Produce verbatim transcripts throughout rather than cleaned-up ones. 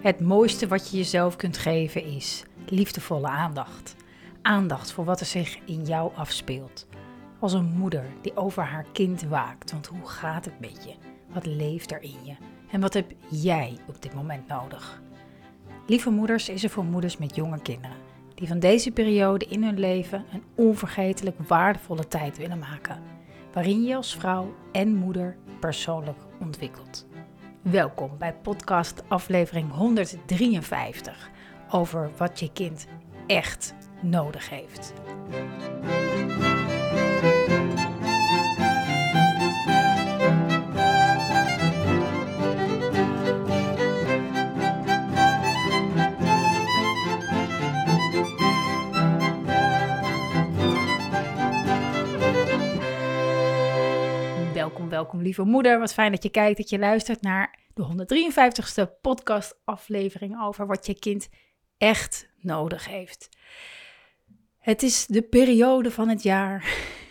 Het mooiste wat je jezelf kunt geven is liefdevolle aandacht. Aandacht voor wat er zich in jou afspeelt. Als een moeder die over haar kind waakt. Want hoe gaat het met je? Wat leeft er in je? En wat heb jij op dit moment nodig? Lieve Moeders is er voor moeders met jonge kinderen. Die van deze periode in hun leven een onvergetelijk waardevolle tijd willen maken. Waarin je als vrouw en moeder persoonlijk ontwikkelt. Welkom bij podcast aflevering honderddrieënvijftig over wat je kind echt nodig heeft. Welkom, welkom lieve moeder. Wat fijn dat je kijkt, dat je luistert naar de honderddrieënvijftigste podcast aflevering over wat je kind echt nodig heeft. Het is de periode van het jaar.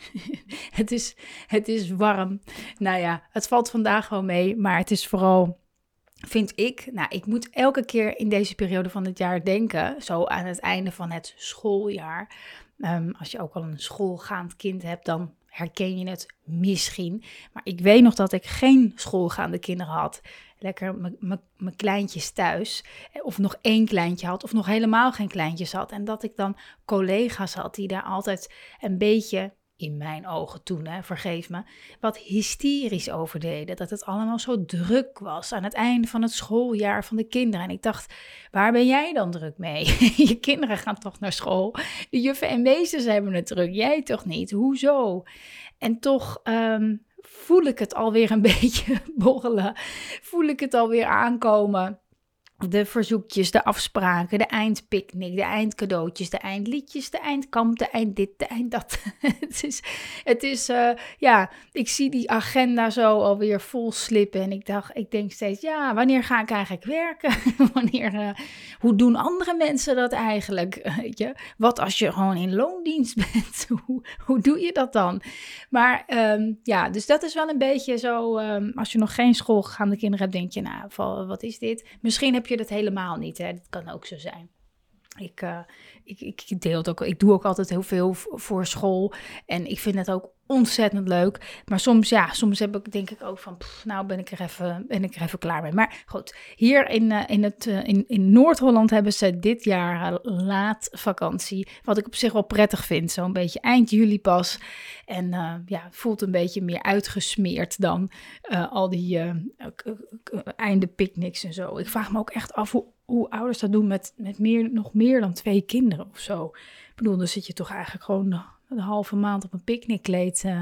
het, is, het is warm. Nou ja, het valt vandaag wel mee, maar het is vooral, vind ik, nou ik moet elke keer in deze periode van het jaar denken, zo aan het einde van het schooljaar. Um, als je ook al een schoolgaand kind hebt, dan herken je het misschien. Maar ik weet nog dat ik geen schoolgaande kinderen had. Lekker mijn kleintjes thuis. Of nog één kleintje had. Of nog helemaal geen kleintjes had. En dat ik dan collega's had die daar altijd een beetje, in mijn ogen toen, hè, vergeef me, wat hysterisch over deden. Dat het allemaal zo druk was aan het einde van het schooljaar van de kinderen. En ik dacht, waar ben jij dan druk mee? Je kinderen gaan toch naar school? De juffen en meesters hebben het druk. Jij toch niet? Hoezo? En toch um, voel ik het alweer een beetje borrelen. Voel ik het alweer aankomen. De verzoekjes, de afspraken, de eindpicknick, de eindcadeautjes, de eindliedjes, de eindkamp, de eind dit, de eind dat. het is, het is uh, ja, ik zie die agenda zo alweer vol slippen en ik dacht, ik denk steeds, ja, wanneer ga ik eigenlijk werken? wanneer, uh, hoe doen andere mensen dat eigenlijk? Weet je? Wat als je gewoon in loondienst bent? hoe, hoe doe je dat dan? Maar um, ja, dus dat is wel een beetje zo, um, als je nog geen schoolgaande kinderen hebt, denk je, nou, wat is dit? Misschien heb je dat helemaal niet, hè? Dat kan ook zo zijn. Ik, uh, ik, ik, deel het ook, ik doe ook altijd heel veel voor school en ik vind het ook ontzettend leuk. Maar soms, ja, soms heb ik, denk ik ook van, pff, nou ben ik er even, ben ik er even klaar mee. Maar goed, hier in, uh, in, het, uh, in, in Noord-Holland hebben ze dit jaar uh, laat vakantie. Wat ik op zich wel prettig vind, zo'n beetje eind juli pas. En uh, ja, voelt een beetje meer uitgesmeerd dan uh, al die uh, uh, uh, einde picknicks en zo. Ik vraag me ook echt af hoe, hoe ouders dat doen met, met meer, nog meer dan twee kinderen of zo. Ik bedoel, dan zit je toch eigenlijk gewoon een halve maand op een picknickkleed. Uh,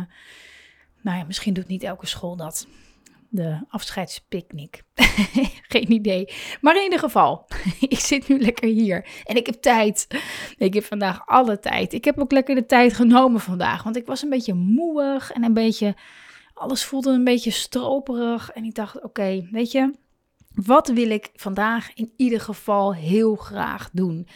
nou ja, misschien doet niet elke school dat. De afscheidspicknick. Geen idee. Maar in ieder geval, ik zit nu lekker hier. En ik heb tijd. Ik heb vandaag alle tijd. Ik heb ook lekker de tijd genomen vandaag. Want ik was een beetje moeig en een beetje, alles voelde een beetje stroperig. En ik dacht, oké, okay, weet je, wat wil ik vandaag in ieder geval heel graag doen?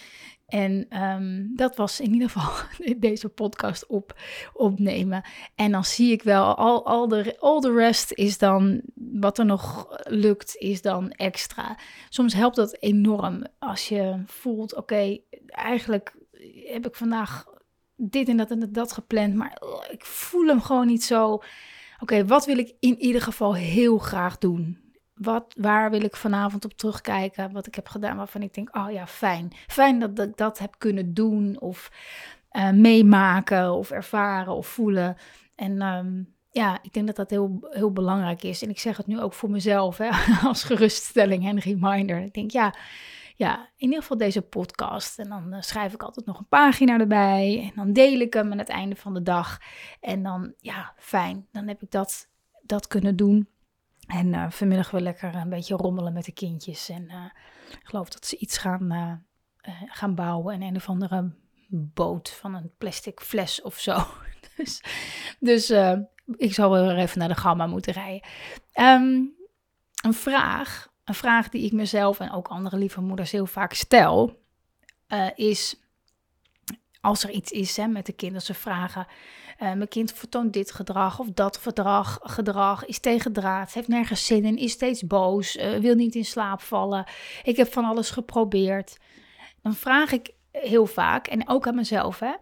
En um, dat was in ieder geval deze podcast op, opnemen. En dan zie ik wel, al, al, de, all the rest is dan, wat er nog lukt, is dan extra. Soms helpt dat enorm als je voelt, oké, okay, eigenlijk heb ik vandaag dit en dat en dat gepland, maar uh, ik voel hem gewoon niet zo. Oké, okay, wat wil ik in ieder geval heel graag doen? Wat, waar wil ik vanavond op terugkijken, wat ik heb gedaan, waarvan ik denk, oh ja, fijn. Fijn dat, dat ik dat heb kunnen doen of uh, meemaken of ervaren of voelen. En um, ja, ik denk dat dat heel, heel belangrijk is. En ik zeg het nu ook voor mezelf, hè, als geruststelling en reminder. Ik denk, ja, ja, in ieder geval deze podcast. En dan uh, schrijf ik altijd nog een pagina erbij. En dan deel ik hem aan het einde van de dag. En dan, ja, fijn. Dan heb ik dat, dat kunnen doen. En uh, vanmiddag weer lekker een beetje rommelen met de kindjes. En uh, ik geloof dat ze iets gaan, uh, uh, gaan bouwen. En een of andere boot van een plastic fles of zo. dus dus uh, ik zal wel weer even naar de gamma moeten rijden. Um, een vraag, een vraag die ik mezelf en ook andere lieve moeders heel vaak stel, uh, is als er iets is hè, met de kinderen, ze vragen, uh, mijn kind vertoont dit gedrag of dat gedrag, gedrag is tegendraads, heeft nergens zin in, is steeds boos, uh, wil niet in slaap vallen. Ik heb van alles geprobeerd. Dan vraag ik heel vaak, en ook aan mezelf, hè,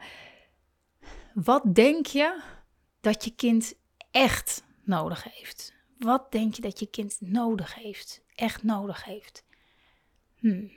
wat denk je dat je kind echt nodig heeft? Wat denk je dat je kind nodig heeft? Echt nodig heeft? Hmm.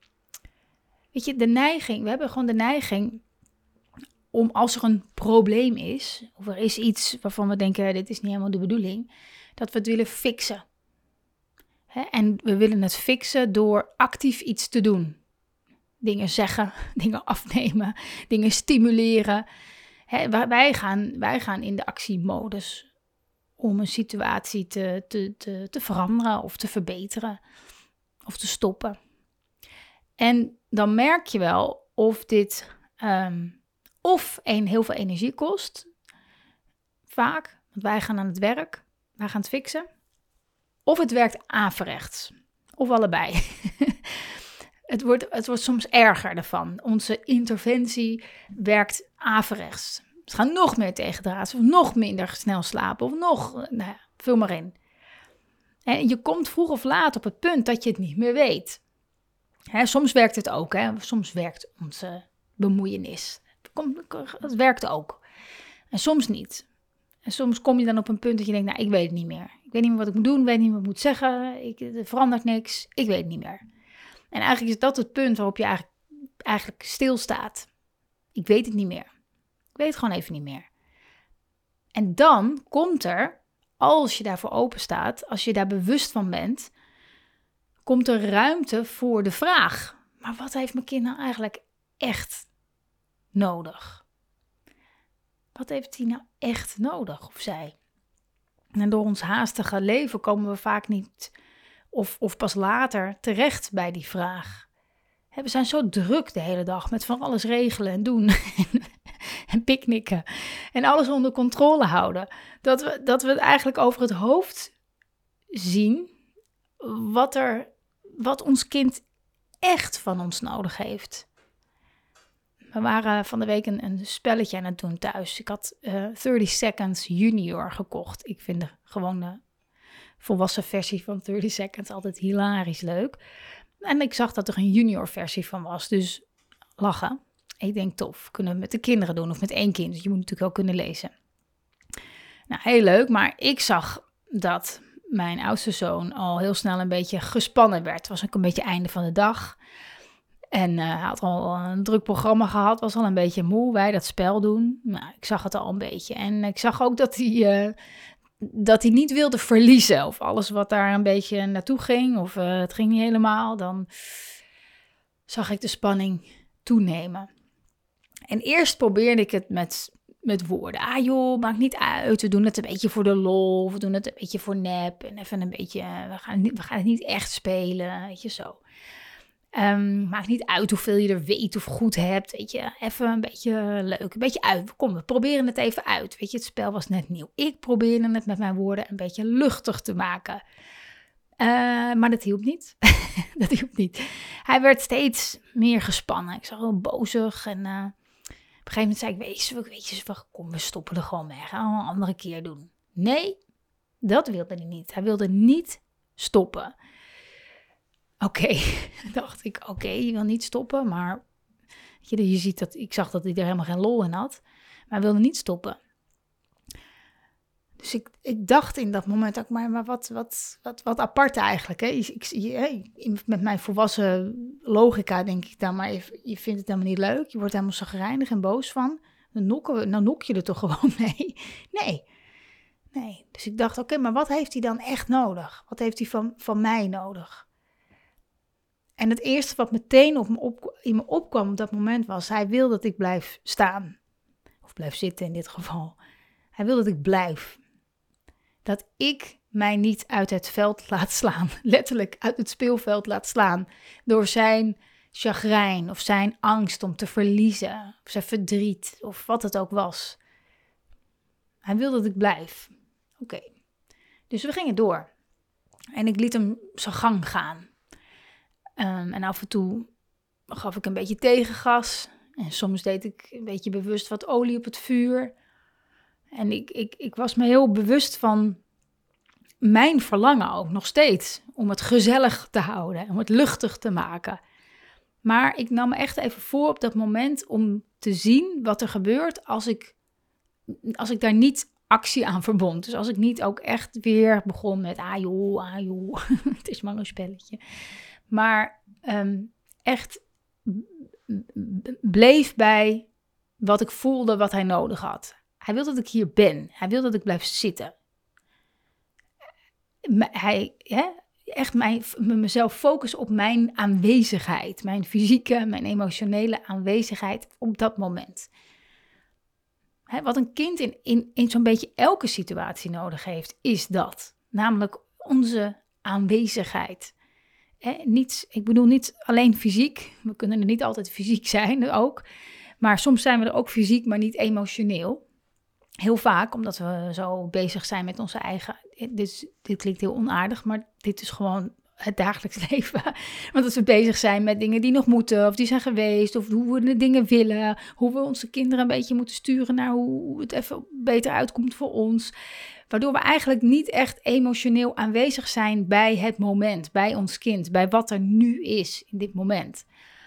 Weet je, de neiging, we hebben gewoon de neiging om als er een probleem is, of er is iets waarvan we denken, dit is niet helemaal de bedoeling, dat we het willen fixen. Hè? En we willen het fixen door actief iets te doen. Dingen zeggen, dingen afnemen, dingen stimuleren. Hè, wij, gaan, wij gaan in de actiemodus om een situatie te, te, te, te veranderen of te verbeteren of te stoppen. En dan merk je wel of dit um, of een, heel veel energie kost, vaak, want wij gaan aan het werk, wij gaan het fixen, of het werkt averechts, of allebei. het, wordt, het wordt soms erger ervan. Onze interventie werkt averechts. Het gaat nog meer tegendraads, of nog minder snel slapen, of nog, nou ja, vul maar in. En je komt vroeg of laat op het punt dat je het niet meer weet. Hè, soms werkt het ook, hè. Soms werkt onze bemoeienis. Het werkt ook. En soms niet. En soms kom je dan op een punt dat je denkt, nou, ik weet het niet meer. Ik weet niet meer wat ik moet doen, ik weet niet meer wat ik moet zeggen. Ik, er verandert niks, ik weet het niet meer. En eigenlijk is dat het punt waarop je eigenlijk, eigenlijk stilstaat. Ik weet het niet meer. Ik weet het gewoon even niet meer. En dan komt er, als je daarvoor open staat, als je daar bewust van bent, komt er ruimte voor de vraag, maar wat heeft mijn kind nou eigenlijk echt nodig? Wat heeft hij nou echt nodig, of zij? En door ons haastige leven komen we vaak niet, of, of pas later, terecht bij die vraag. We zijn zo druk de hele dag met van alles regelen en doen en, en picknicken en alles onder controle houden, dat we, dat we het eigenlijk over het hoofd zien wat, er, wat ons kind echt van ons nodig heeft. We waren van de week een, een spelletje aan het doen thuis. Ik had uh, dertig Seconds Junior gekocht. Ik vind de gewone volwassen versie van dertig Seconds altijd hilarisch leuk. En ik zag dat er een junior versie van was, dus lachen. Ik denk tof, kunnen we met de kinderen doen of met één kind. Dus je moet natuurlijk wel kunnen lezen. Nou, heel leuk, maar ik zag dat mijn oudste zoon al heel snel een beetje gespannen werd. Het was ook een beetje einde van de dag. En uh, hij had al een druk programma gehad, was al een beetje moe, wij dat spel doen. Nou, ik zag het al een beetje. En ik zag ook dat hij, uh, dat hij niet wilde verliezen. Of alles wat daar een beetje naartoe ging, of uh, het ging niet helemaal. Dan zag ik de spanning toenemen. En eerst probeerde ik het met, met woorden. Ah joh, maakt niet uit, we doen het een beetje voor de lol. We doen het een beetje voor nep. En even een beetje, we gaan, we gaan het niet echt spelen, weet je zo. Um, maakt niet uit hoeveel je er weet of goed hebt, weet je, even een beetje leuk, een beetje uit, kom, we proberen het even uit, weet je, het spel was net nieuw, ik probeerde het met mijn woorden een beetje luchtig te maken, uh, maar dat hielp niet, dat hielp niet, hij werd steeds meer gespannen, ik zag hem bozig en uh, op een gegeven moment zei ik, weet je, weet je, kom, we stoppen er gewoon mee, gaan we een andere keer doen. Nee, dat wilde hij niet, hij wilde niet stoppen. Oké, okay. dacht ik, oké, okay, je wil niet stoppen, maar je, je ziet dat, ik zag dat hij er helemaal geen lol in had, maar hij wilde niet stoppen. Dus ik, ik dacht in dat moment ook, maar, maar wat, wat, wat, wat apart eigenlijk. Hè? Ik, ik, met mijn volwassen logica denk ik dan, maar je, je vindt het helemaal niet leuk, je wordt helemaal chagrijnig en boos van, dan nokken, dan nok je er toch gewoon mee? Nee, nee. Dus ik dacht, oké, okay, maar wat heeft hij dan echt nodig? Wat heeft hij van, van mij nodig? En het eerste wat meteen op me op, in me opkwam op dat moment was, hij wil dat ik blijf staan. Of blijf zitten in dit geval. Hij wil dat ik blijf. Dat ik mij niet uit het veld laat slaan. Letterlijk uit het speelveld laat slaan. Door zijn chagrijn of zijn angst om te verliezen. Of zijn verdriet of wat het ook was. Hij wil dat ik blijf. Oké. Okay. Dus we gingen door. En ik liet hem zijn gang gaan. Um, en af en toe gaf ik een beetje tegengas. En soms deed ik een beetje bewust wat olie op het vuur. En ik, ik, ik was me heel bewust van mijn verlangen ook nog steeds. Om het gezellig te houden, om het luchtig te maken. Maar ik nam me echt even voor op dat moment om te zien wat er gebeurt als ik, als ik daar niet actie aan verbond. Dus als ik niet ook echt weer begon met, ah joh, ah joh, het is maar een spelletje. Maar um, echt bleef bij wat ik voelde, wat hij nodig had. Hij wil dat ik hier ben. Hij wil dat ik blijf zitten. Hij, hè, echt mijn, mezelf focussen op mijn aanwezigheid. Mijn fysieke, mijn emotionele aanwezigheid op dat moment. Hè, wat een kind in, in, in zo'n beetje elke situatie nodig heeft, is dat. Namelijk onze aanwezigheid. Hè, niet, ik bedoel niet alleen fysiek. We kunnen er niet altijd fysiek zijn ook. Maar soms zijn we er ook fysiek, maar niet emotioneel. Heel vaak, omdat we zo bezig zijn met onze eigen... Dit, dit klinkt heel onaardig, maar dit is gewoon het dagelijks leven. Want als we bezig zijn met dingen die nog moeten, of die zijn geweest, of hoe we de dingen willen, hoe we onze kinderen een beetje moeten sturen naar hoe het even beter uitkomt voor ons. Waardoor we eigenlijk niet echt emotioneel aanwezig zijn bij het moment, bij ons kind, bij wat er nu is in dit moment.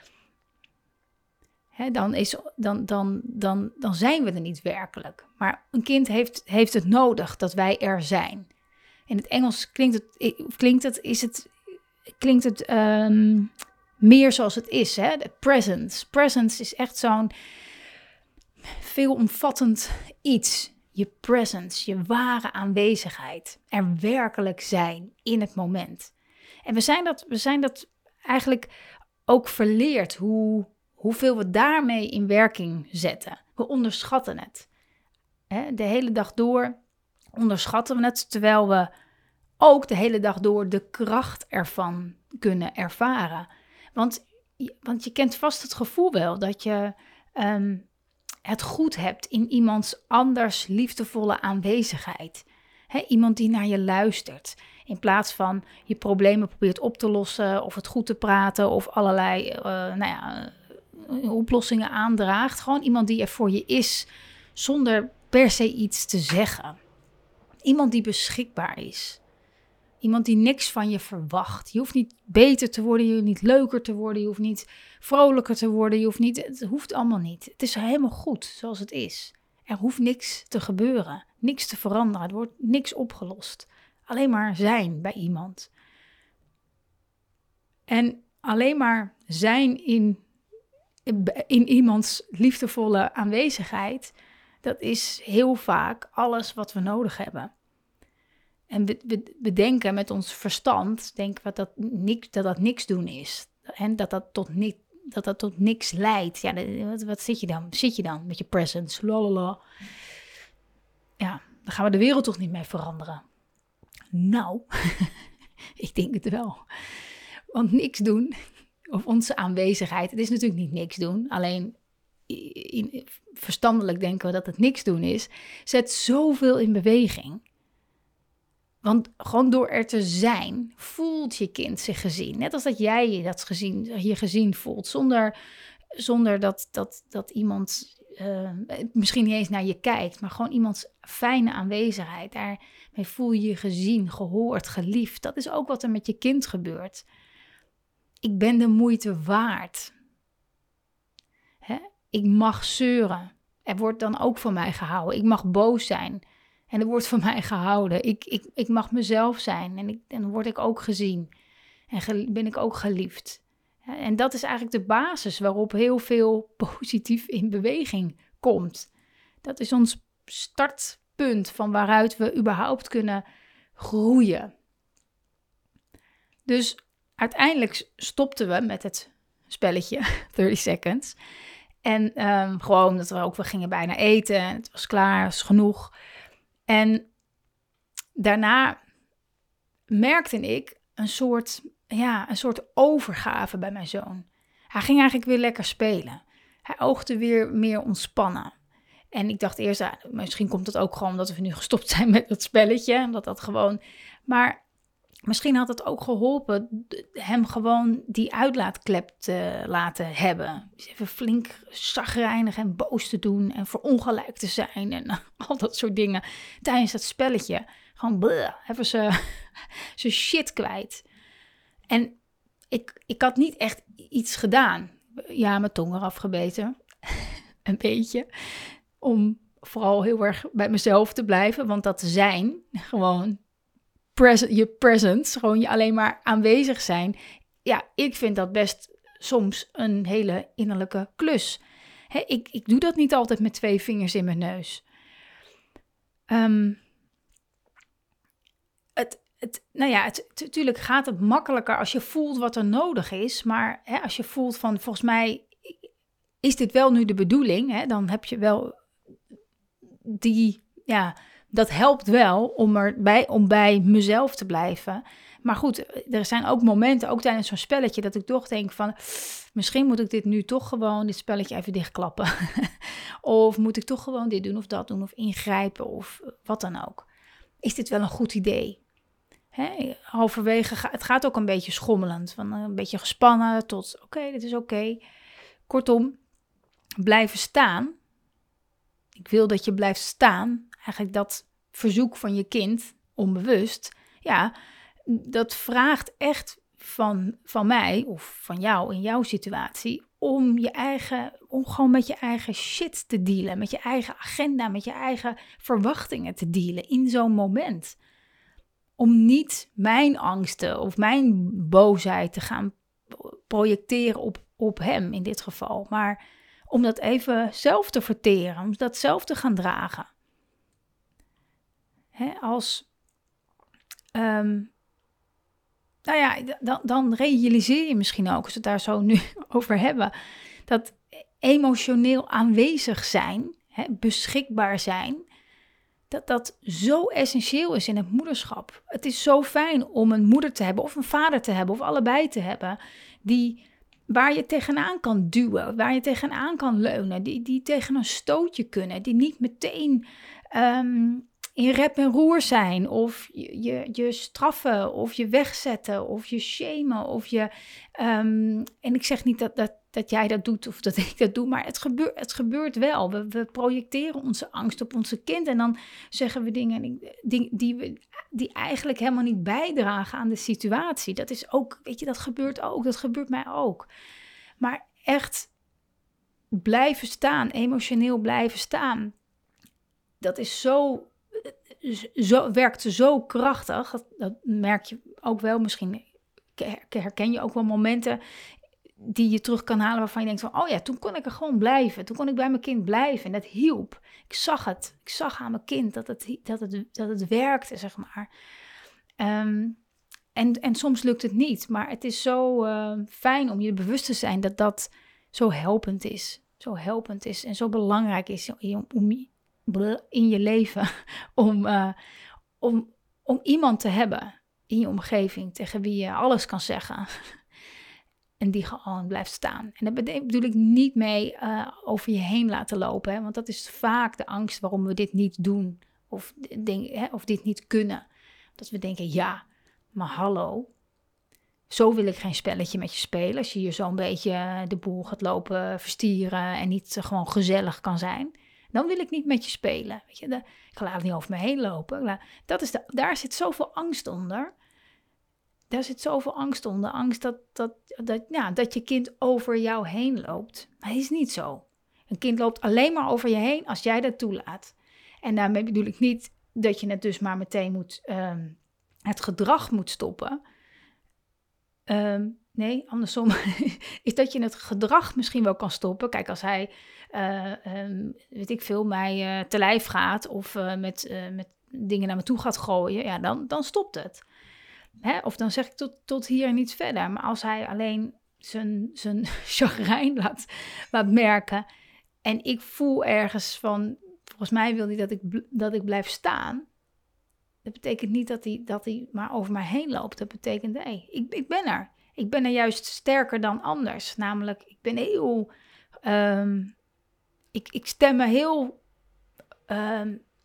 He, dan, is, dan, dan, dan, dan zijn we er niet werkelijk. Maar een kind heeft, heeft het nodig dat wij er zijn. In het Engels klinkt het, klinkt het, is het, klinkt het um, meer zoals het is. Hè? De presence. Presence is echt zo'n veelomvattend iets. Je presence, je ware aanwezigheid. Er werkelijk zijn in het moment. En we zijn dat, we zijn dat eigenlijk ook verleerd hoe... Hoeveel we daarmee in werking zetten. We onderschatten het. De hele dag door onderschatten we het, terwijl we ook de hele dag door de kracht ervan kunnen ervaren. Want, want je kent vast het gevoel wel dat je um, het goed hebt in iemands anders liefdevolle aanwezigheid. He, iemand die naar je luistert. In plaats van je problemen probeert op te lossen of het goed te praten of allerlei, uh, nou ja... oplossingen aandraagt. Gewoon iemand die er voor je is, zonder per se iets te zeggen. Iemand die beschikbaar is. Iemand die niks van je verwacht. Je hoeft niet beter te worden, je hoeft niet leuker te worden, je hoeft niet vrolijker te worden, je hoeft niet, het hoeft allemaal niet. Het is helemaal goed zoals het is. Er hoeft niks te gebeuren, niks te veranderen, er wordt niks opgelost. Alleen maar zijn bij iemand. En alleen maar zijn in in iemands liefdevolle aanwezigheid, dat is heel vaak alles wat we nodig hebben. En we, we, we denken met ons verstand, denken we dat niks, dat, dat niks doen is. En dat dat tot, ni, dat dat tot niks leidt. Ja, wat, wat zit je dan? Zit je dan met je presence? Lalala. Ja, dan gaan we de wereld toch niet mee veranderen. Nou, ik denk het wel. Want niks doen... Of onze aanwezigheid. Het is natuurlijk niet niks doen. Alleen in, verstandelijk denken we dat het niks doen is. Zet zoveel in beweging. Want gewoon door er te zijn, voelt je kind zich gezien. Net als dat jij je, dat gezien, je gezien voelt. Zonder, zonder dat, dat, dat iemand uh, misschien niet eens naar je kijkt. Maar gewoon iemands fijne aanwezigheid. Daarmee voel je je gezien, gehoord, geliefd. Dat is ook wat er met je kind gebeurt. Ik ben de moeite waard. Hè? Ik mag zeuren. Er wordt dan ook van mij gehouden. Ik mag boos zijn. En er wordt van mij gehouden. Ik, ik, ik mag mezelf zijn. En, ik, en dan word ik ook gezien. En ge, ben ik ook geliefd. En dat is eigenlijk de basis waarop heel veel positief in beweging komt. Dat is ons startpunt van waaruit we überhaupt kunnen groeien. Dus... Uiteindelijk stopten we met het spelletje, dertig seconds. En um, gewoon dat we ook, we gingen bijna eten. En het was klaar, het was genoeg. En daarna merkte ik een soort, ja, een soort overgave bij mijn zoon. Hij ging eigenlijk weer lekker spelen. Hij oogde weer meer ontspannen. En ik dacht eerst, ah, misschien komt het ook gewoon omdat we nu gestopt zijn met dat spelletje. Omdat dat gewoon... Maar Misschien had het ook geholpen hem gewoon die uitlaatklep te laten hebben. Dus even flink chagrijnig en boos te doen en verongelijk te zijn en al dat soort dingen tijdens dat spelletje. Gewoon bleh, even zijn shit kwijt. En ik, ik had niet echt iets gedaan. Ja, mijn tong eraf gebeten. Een beetje. Om vooral heel erg bij mezelf te blijven. Want dat zijn gewoon present, je presence, gewoon je alleen maar aanwezig zijn. Ja, ik vind dat best soms een hele innerlijke klus. Hè, ik, ik doe dat niet altijd met twee vingers in mijn neus. Um, het, het, nou ja, het, natuurlijk gaat het makkelijker als je voelt wat er nodig is. Maar hè, als je voelt van, volgens mij is dit wel nu de bedoeling, hè, dan heb je wel die, ja, dat helpt wel om, er bij, om bij mezelf te blijven. Maar goed, er zijn ook momenten, ook tijdens zo'n spelletje, dat ik toch denk van, misschien moet ik dit nu toch gewoon, dit spelletje even dichtklappen. Of moet ik toch gewoon dit doen of dat doen of ingrijpen of wat dan ook. Is dit wel een goed idee? Hè, halverwege, het gaat ook een beetje schommelend, van een beetje gespannen tot, oké, okay, dit is oké. Okay. Kortom, blijven staan. Ik wil dat je blijft staan. Eigenlijk dat verzoek van je kind, onbewust, ja, dat vraagt echt van, van mij of van jou in jouw situatie om je eigen, om gewoon met je eigen shit te dealen, met je eigen agenda, met je eigen verwachtingen te dealen in zo'n moment. Om niet mijn angsten of mijn boosheid te gaan projecteren op, op hem in dit geval, maar om dat even zelf te verteren, om dat zelf te gaan dragen. Hè, als, um, nou ja, dan, dan realiseer je misschien ook, als we het daar zo nu over hebben, dat emotioneel aanwezig zijn, hè, beschikbaar zijn, dat dat zo essentieel is in het moederschap. Het is zo fijn om een moeder te hebben of een vader te hebben of allebei te hebben, die, waar je tegenaan kan duwen, waar je tegenaan kan leunen, die, die tegen een stootje kunnen, die niet meteen um, in rep en roer zijn of je, je, je straffen of je wegzetten of je shamen of je... Um, en ik zeg niet dat, dat, dat jij dat doet of dat ik dat doe, maar het gebeurt, het gebeurt wel. We, we projecteren onze angst op onze kind en dan zeggen we dingen die, die, we, die eigenlijk helemaal niet bijdragen aan de situatie. Dat is ook, weet je, dat gebeurt ook. Dat gebeurt mij ook. Maar echt blijven staan, emotioneel blijven staan, dat is zo... Zo, werkt zo krachtig, dat, dat merk je ook wel. Misschien herken je ook wel momenten die je terug kan halen waarvan je denkt van, oh ja, toen kon ik er gewoon blijven. Toen kon ik bij mijn kind blijven en dat hielp. Ik zag het. Ik zag aan mijn kind dat het, dat het, dat het werkte, zeg maar. Um, en, en soms lukt het niet, maar het is zo uh, fijn om je bewust te zijn dat dat zo helpend is. Zo helpend is en zo belangrijk is om, om in je leven om, uh, om, om iemand te hebben in je omgeving tegen wie je alles kan zeggen en die gewoon blijft staan. En daar bedoel ik niet mee uh, over je heen laten lopen, hè, want dat is vaak de angst waarom we dit niet doen of, denk, hè, of dit niet kunnen. Dat we denken, ja, maar hallo, zo wil ik geen spelletje met je spelen als je hier zo'n beetje de boel gaat lopen verstieren en niet uh, gewoon gezellig kan zijn. Dan wil ik niet met je spelen. Weet je, de, ik laat het niet over me heen lopen. Dat is de, daar zit zoveel angst onder. Daar zit zoveel angst onder. Angst dat, dat, dat, ja, dat je kind over jou heen loopt. Maar dat is niet zo. Een kind loopt alleen maar over je heen als jij dat toelaat. En daarmee bedoel ik niet dat je het dus maar meteen moet... Um, het gedrag moet stoppen. Um, nee, andersom is dat je het gedrag misschien wel kan stoppen. Kijk, als hij... Uh, um, weet ik veel, mij uh, te lijf gaat of uh, met, uh, met dingen naar me toe gaat gooien, ja, dan, dan stopt het. Hè? Of dan zeg ik tot, tot hier en niet verder. Maar als hij alleen zijn, zijn chagrijn laat, laat merken en ik voel ergens van, volgens mij wil hij dat ik, dat ik blijf staan, dat betekent niet dat hij, dat hij maar over mij heen loopt. Dat betekent, hé, hey, ik, ik ben er. Ik ben er juist sterker dan anders. Namelijk, ik ben heel... Um, Ik, ik stem me heel um,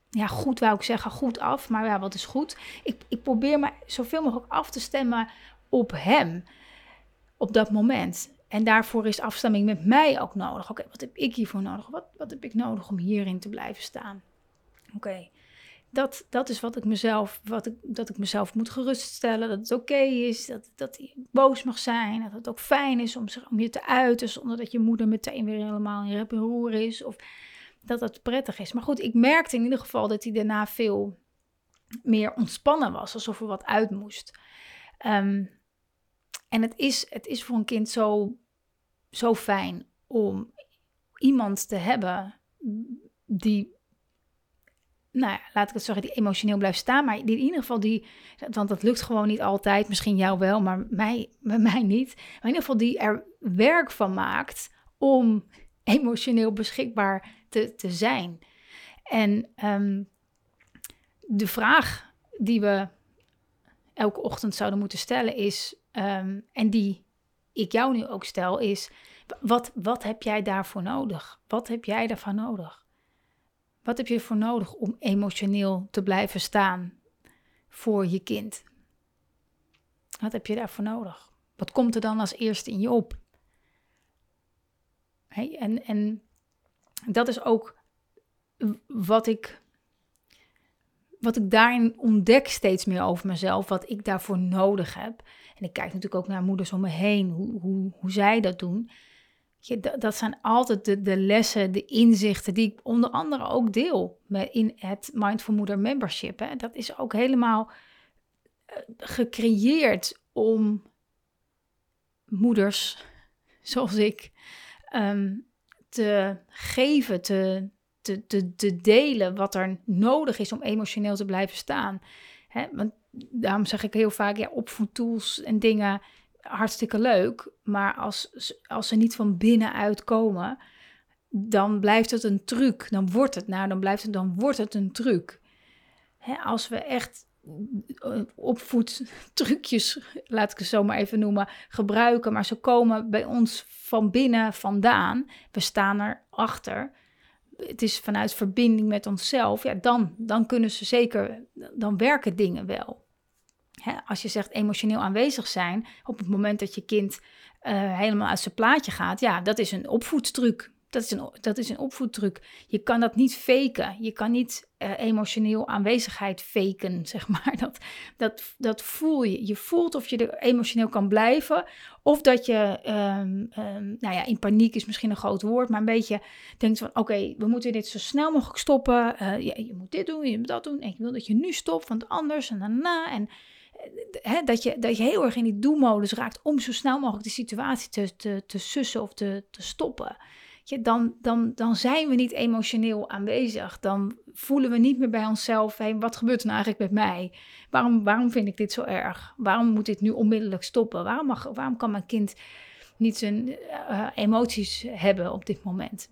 ja, goed wou ik zeggen, goed af. Maar ja, wat is goed? Ik, ik probeer me zoveel mogelijk af te stemmen op hem. Op dat moment. En daarvoor is afstemming met mij ook nodig. Oké, okay, wat heb ik hiervoor nodig? Wat, wat heb ik nodig om hierin te blijven staan? Oké, okay. dat, dat is wat ik mezelf, wat ik, dat ik mezelf moet geruststellen. Dat het oké okay is, dat, dat ik boos mag zijn. Dat het ook fijn is om, om je te uiten, zonder dat je moeder meteen weer helemaal in rep en roer is. Of dat het prettig is. Maar goed, ik merkte in ieder geval dat hij daarna veel meer ontspannen was. Alsof er wat uit moest. Um, en het is, het is voor een kind zo, zo fijn om iemand te hebben die, nou ja, laat ik het zeggen, die emotioneel blijft staan. Maar die in ieder geval die, want dat lukt gewoon niet altijd. Misschien jou wel, maar mij, bij mij niet. Maar in ieder geval die er werk van maakt om emotioneel beschikbaar te, te zijn. En um, de vraag die we elke ochtend zouden moeten stellen is, um, en die ik jou nu ook stel, is, wat, wat heb jij daarvoor nodig? Wat heb jij daarvan nodig? Wat heb je ervoor nodig om emotioneel te blijven staan voor je kind? Wat heb je daarvoor nodig? Wat komt er dan als eerste in je op? Hey, en, en dat is ook wat ik, wat ik daarin ontdek steeds meer over mezelf, wat ik daarvoor nodig heb. En ik kijk natuurlijk ook naar moeders om me heen, hoe, hoe, hoe zij dat doen. Je, dat, dat zijn altijd de, de lessen, de inzichten die ik onder andere ook deel met in het Mindful Moeder Membership. Hè. Dat is ook helemaal uh, gecreëerd om moeders zoals ik um, te geven, te, te, te, te delen wat er nodig is om emotioneel te blijven staan. Hè, want daarom zeg ik heel vaak, ja, opvoedtools en dingen, hartstikke leuk. Maar als, als ze niet van binnenuit komen, dan blijft het een truc. Dan wordt het, nou, dan blijft het, dan wordt het een truc. Hè, als we echt opvoedtrucjes, laat ik het zo maar even noemen, gebruiken, maar ze komen bij ons van binnen vandaan. We staan erachter. Het is vanuit verbinding met onszelf. Ja, dan, dan kunnen ze zeker, dan werken dingen wel. Hè, als je zegt emotioneel aanwezig zijn, op het moment dat je kind uh, helemaal uit zijn plaatje gaat, ja, dat is een opvoedtruc. Dat is een, dat is een opvoedtruc. Je kan dat niet faken. Je kan niet uh, emotioneel aanwezigheid faken, zeg maar. Dat, dat, dat voel je. Je voelt of je er emotioneel kan blijven. Of dat je, um, um, nou ja, in paniek is misschien een groot woord, maar een beetje denkt van, oké, okay, we moeten dit zo snel mogelijk stoppen. Uh, je, je moet dit doen, je moet dat doen. En ik wil dat je nu stopt, want anders en daarna. En He, dat, je, dat je heel erg in die doelmodus raakt om zo snel mogelijk de situatie te, te, te sussen of te, te stoppen. Ja, dan, dan, dan zijn we niet emotioneel aanwezig. Dan voelen we niet meer bij onszelf, hey, wat gebeurt er nou eigenlijk met mij? Waarom, waarom vind ik dit zo erg? Waarom moet dit nu onmiddellijk stoppen? Waarom, mag, waarom kan mijn kind niet zijn uh, emoties hebben op dit moment?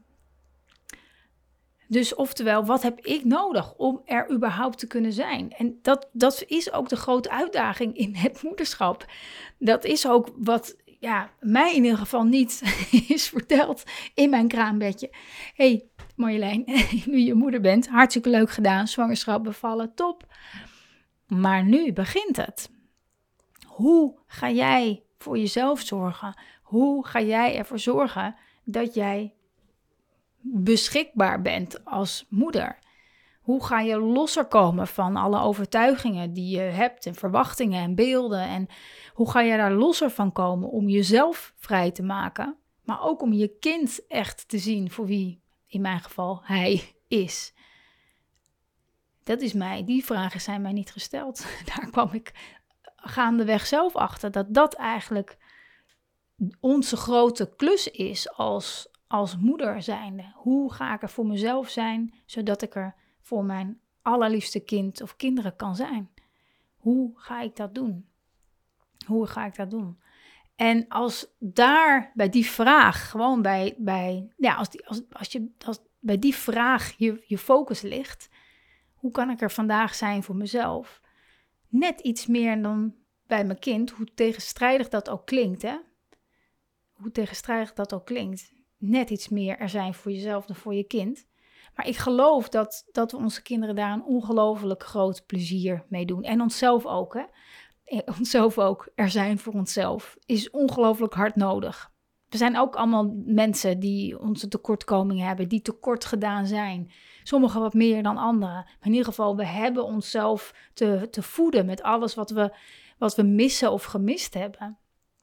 Dus oftewel, wat heb ik nodig om er überhaupt te kunnen zijn? En dat, dat is ook de grote uitdaging in het moederschap. Dat is ook wat, ja, mij in ieder geval niet is verteld in mijn kraambedje. Hé, hey, Marjolein, nu je moeder bent, hartstikke leuk gedaan, zwangerschap, bevallen, top. Maar nu begint het. Hoe ga jij voor jezelf zorgen? Hoe ga jij ervoor zorgen dat jij beschikbaar bent als moeder? Hoe ga je losser komen van alle overtuigingen die je hebt en verwachtingen en beelden? En hoe ga je daar losser van komen om jezelf vrij te maken, maar ook om je kind echt te zien voor wie in mijn geval hij is? Dat is mij, die vragen zijn mij niet gesteld. Daar kwam ik gaandeweg zelf achter, dat dat eigenlijk onze grote klus is als Als moeder zijnde. Hoe ga ik er voor mezelf zijn, zodat ik er voor mijn allerliefste kind of kinderen kan zijn? Hoe ga ik dat doen? Hoe ga ik dat doen? En als daar bij die vraag, gewoon bij, bij ja, als, die, als, als je als bij die vraag je, je focus ligt, hoe kan ik er vandaag zijn voor mezelf? Net iets meer dan bij mijn kind, hoe tegenstrijdig dat ook klinkt, hè? Hoe tegenstrijdig dat ook klinkt. Net iets meer er zijn voor jezelf dan voor je kind. Maar ik geloof dat, dat we onze kinderen daar een ongelooflijk groot plezier mee doen. En onszelf ook, hè. Onszelf ook, er zijn voor onszelf, is ongelooflijk hard nodig. We zijn ook allemaal mensen die onze tekortkomingen hebben, die tekort gedaan zijn. Sommigen wat meer dan anderen. Maar in ieder geval, we hebben onszelf te, te voeden met alles wat we, wat we missen of gemist hebben.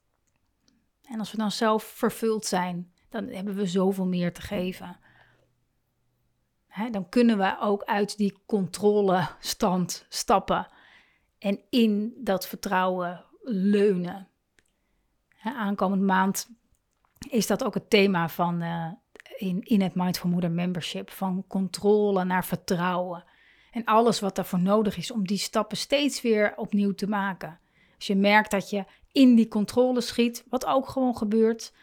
En als we dan zelf vervuld zijn, dan hebben we zoveel meer te geven. Hè, dan kunnen we ook uit die controlestand stappen en in dat vertrouwen leunen. Hè, aankomende maand is dat ook het thema van uh, in, in het Mindful Moeder Membership. Van controle naar vertrouwen. En alles wat daarvoor nodig is om die stappen steeds weer opnieuw te maken. Als je merkt dat je in die controle schiet, wat ook gewoon gebeurt,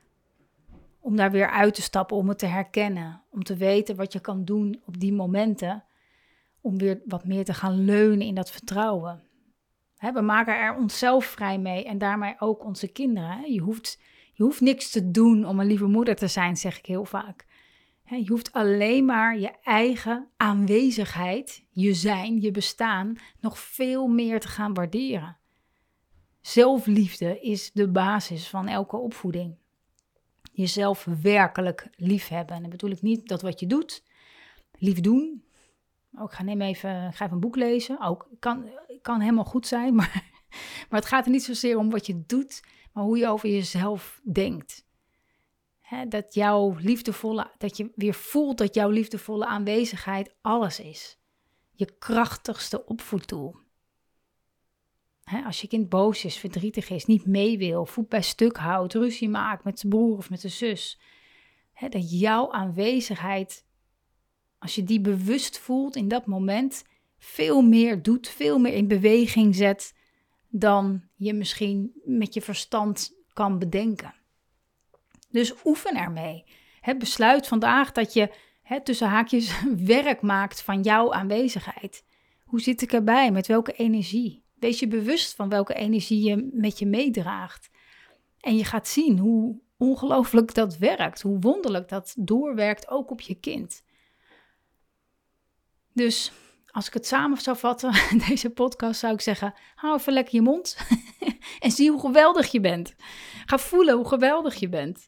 om daar weer uit te stappen, om het te herkennen. Om te weten wat je kan doen op die momenten. Om weer wat meer te gaan leunen in dat vertrouwen. Hè, we maken er onszelf vrij mee en daarmee ook onze kinderen. Hè. Je hoeft... Je hoeft niks te doen om een lieve moeder te zijn, zeg ik heel vaak. Je hoeft alleen maar je eigen aanwezigheid, je zijn, je bestaan, nog veel meer te gaan waarderen. Zelfliefde is de basis van elke opvoeding. Jezelf werkelijk liefhebben. En dan bedoel ik niet dat wat je doet, lief doen. Ook ga neem even, ga even een boek lezen. Ook kan, kan helemaal goed zijn, maar, maar het gaat er niet zozeer om wat je doet, maar hoe je over jezelf denkt. He, dat jouw liefdevolle, dat je weer voelt dat jouw liefdevolle aanwezigheid alles is. Je krachtigste opvoedtool. He, als je kind boos is, verdrietig is, niet mee wil, voet bij stuk houdt, ruzie maakt met zijn broer of met zijn zus. He, dat jouw aanwezigheid, als je die bewust voelt in dat moment, veel meer doet, veel meer in beweging zet dan je misschien met je verstand kan bedenken. Dus oefen ermee. He, besluit vandaag dat je he, tussen haakjes werk maakt van jouw aanwezigheid. Hoe zit ik erbij? Met welke energie? Wees je bewust van welke energie je met je meedraagt. En je gaat zien hoe ongelooflijk dat werkt. Hoe wonderlijk dat doorwerkt ook op je kind. Dus als ik het samen zou vatten in deze podcast, zou ik zeggen, hou even lekker je mond en zie hoe geweldig je bent. Ga voelen hoe geweldig je bent.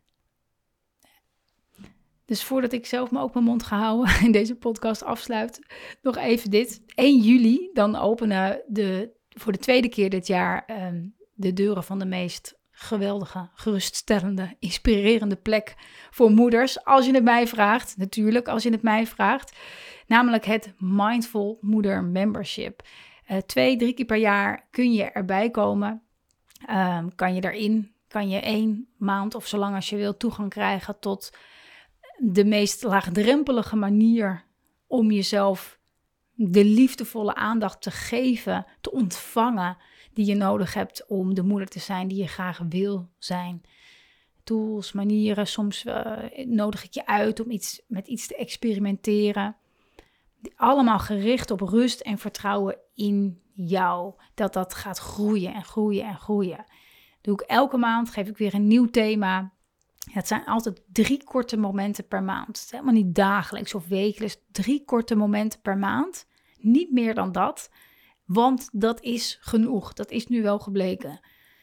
Dus voordat ik zelf me ook mijn mond ga houden en deze podcast afsluit, nog even dit. één juli, dan openen de, voor de tweede keer dit jaar um, de deuren van de meest geweldige, geruststellende, inspirerende plek voor moeders. Als je het mij vraagt, natuurlijk als je het mij vraagt. Namelijk het Mindful Moeder Membership. Uh, twee, drie keer per jaar kun je erbij komen. Um, kan je erin, kan je één maand of zolang als je wil toegang krijgen tot de meest laagdrempelige manier om jezelf de liefdevolle aandacht te geven, te ontvangen die je nodig hebt om de moeder te zijn die je graag wil zijn. Tools, manieren, soms uh, nodig ik je uit om iets, met iets te experimenteren. Allemaal gericht op rust en vertrouwen in jou. Dat dat gaat groeien en groeien en groeien. Doe ik elke maand, geef ik weer een nieuw thema. Het zijn altijd drie korte momenten per maand. Het is helemaal niet dagelijks of wekelijks. Drie korte momenten per maand. Niet meer dan dat. Want dat is genoeg. Dat is nu wel gebleken.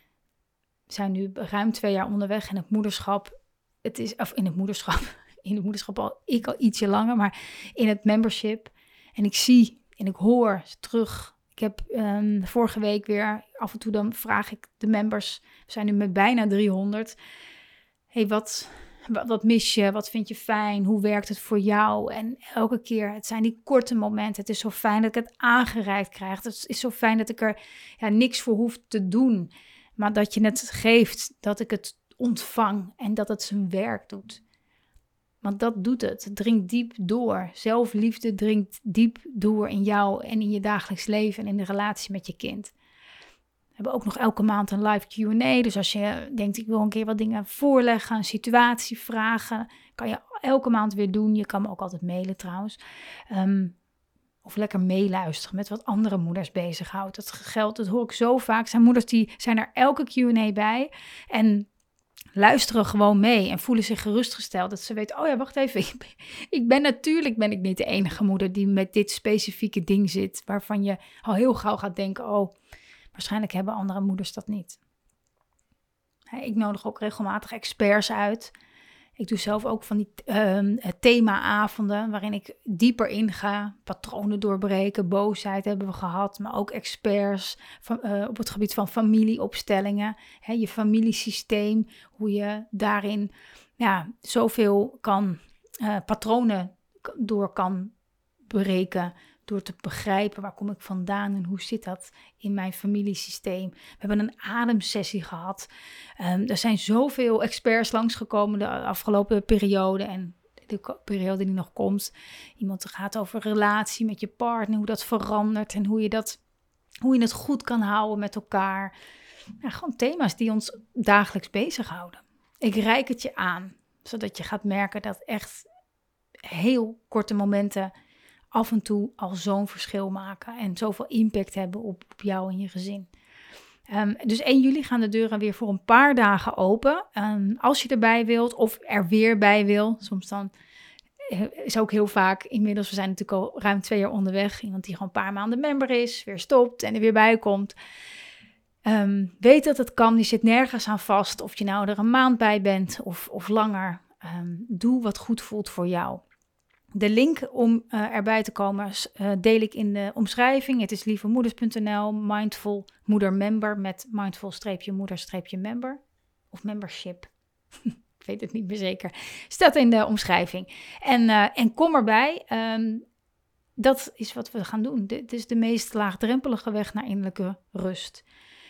We zijn nu ruim twee jaar onderweg in het moederschap. Het is, of in het moederschap. In het moederschap al, ik al ietsje langer. Maar in het membership. En ik zie en ik hoor terug. Ik heb um, vorige week weer, af en toe dan vraag ik de members. We zijn nu met bijna driehonderd. Hey, wat, wat, wat mis je? Wat vind je fijn? Hoe werkt het voor jou? En elke keer, het zijn die korte momenten. Het is zo fijn dat ik het aangereikt krijg. Het is zo fijn dat ik er ja, niks voor hoef te doen. Maar dat je het geeft, dat ik het ontvang en dat het zijn werk doet. Want dat doet het. Het dringt diep door. Zelfliefde dringt diep door in jou en in je dagelijks leven en in de relatie met je kind. We hebben ook nog elke maand een live Q en A. Dus als je denkt, ik wil een keer wat dingen voorleggen, een situatie vragen, kan je elke maand weer doen. Je kan me ook altijd mailen trouwens. Um, of lekker meeluisteren met wat andere moeders bezighoudt. Dat geldt, dat hoor ik zo vaak. Er zijn moeders die zijn er elke Q en A bij. En luisteren gewoon mee en voelen zich gerustgesteld. Dat ze weten, oh ja, wacht even. Ik ben, ik ben natuurlijk ben ik niet de enige moeder die met dit specifieke ding zit. Waarvan je al heel gauw gaat denken, oh, waarschijnlijk hebben andere moeders dat niet. Ik nodig ook regelmatig experts uit. Ik doe zelf ook van die uh, thema-avonden waarin ik dieper inga. Patronen doorbreken, boosheid hebben we gehad. Maar ook experts van, uh, op het gebied van familieopstellingen. Hè, je familiesysteem, hoe je daarin ja, zoveel kan, uh, patronen door kan breken. Door te begrijpen waar kom ik vandaan en hoe zit dat in mijn familiesysteem. We hebben een ademsessie gehad. Um, er zijn zoveel experts langsgekomen de afgelopen periode en de periode die nog komt. Iemand gaat over relatie met je partner, hoe dat verandert en hoe je, dat, hoe je het goed kan houden met elkaar. Ja, gewoon thema's die ons dagelijks bezighouden. Ik reik het je aan, zodat je gaat merken dat echt heel korte momenten af en toe al zo'n verschil maken en zoveel impact hebben op, op jou en je gezin. Um, dus één juli gaan de deuren weer voor een paar dagen open. Um, als je erbij wilt of er weer bij wil. Soms dan is ook heel vaak, inmiddels, we zijn natuurlijk al ruim twee jaar onderweg. Iemand die gewoon een paar maanden member is, weer stopt en er weer bij komt. Um, weet dat het kan, die zit nergens aan vast. Of je nou er een maand bij bent of, of langer. Um, doe wat goed voelt voor jou. De link om uh, erbij te komen uh, deel ik in de omschrijving. Het is lievemoeders punt n l, mindful moeder member met mindful-moeder-member of membership. Ik weet het niet meer zeker. Staat in de omschrijving. En, uh, en kom erbij. Um, dat is wat we gaan doen. Dit is de meest laagdrempelige weg naar innerlijke rust.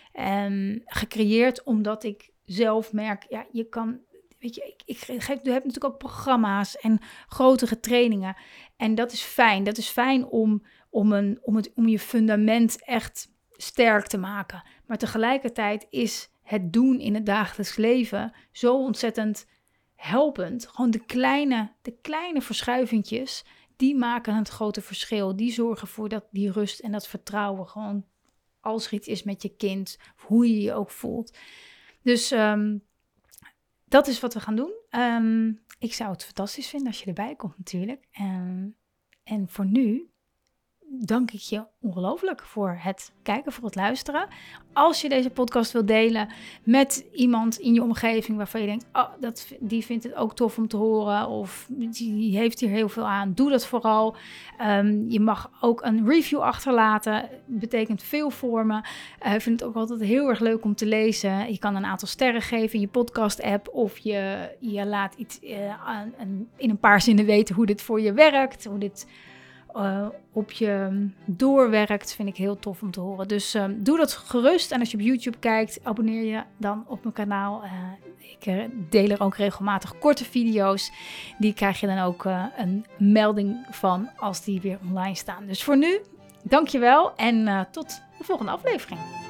En gecreëerd omdat ik zelf merk, ja, je kan... Weet je, ik, ik geef, je hebt natuurlijk ook programma's en grotere trainingen. En dat is fijn. Dat is fijn om, om, een, om, het, om je fundament echt sterk te maken. Maar tegelijkertijd is het doen in het dagelijks leven zo ontzettend helpend. Gewoon de kleine, de kleine verschuivingjes, die maken het grote verschil. Die zorgen ervoor dat die rust en dat vertrouwen gewoon, als er iets is met je kind, hoe je je ook voelt. Dus... Um, Dat is wat we gaan doen. Um, ik zou het fantastisch vinden als je erbij komt natuurlijk. Um, en voor nu dank ik je ongelooflijk voor het kijken, voor het luisteren. Als je deze podcast wilt delen met iemand in je omgeving waarvan je denkt, oh, dat, die vindt het ook tof om te horen of die heeft hier heel veel aan, doe dat vooral. Um, je mag ook een review achterlaten, betekent veel voor me. Uh, ik vind het ook altijd heel erg leuk om te lezen. Je kan een aantal sterren geven in je podcast app of je, je laat iets uh, aan, aan, in een paar zinnen weten hoe dit voor je werkt, hoe dit Uh, op je doorwerkt, vind ik heel tof om te horen. Dus uh, doe dat gerust. En als je op YouTube kijkt, abonneer je dan op mijn kanaal. Uh, ik uh, deel er ook regelmatig korte video's. Die krijg je dan ook uh, een melding van als die weer online staan. Dus voor nu, dankjewel en uh, tot de volgende aflevering.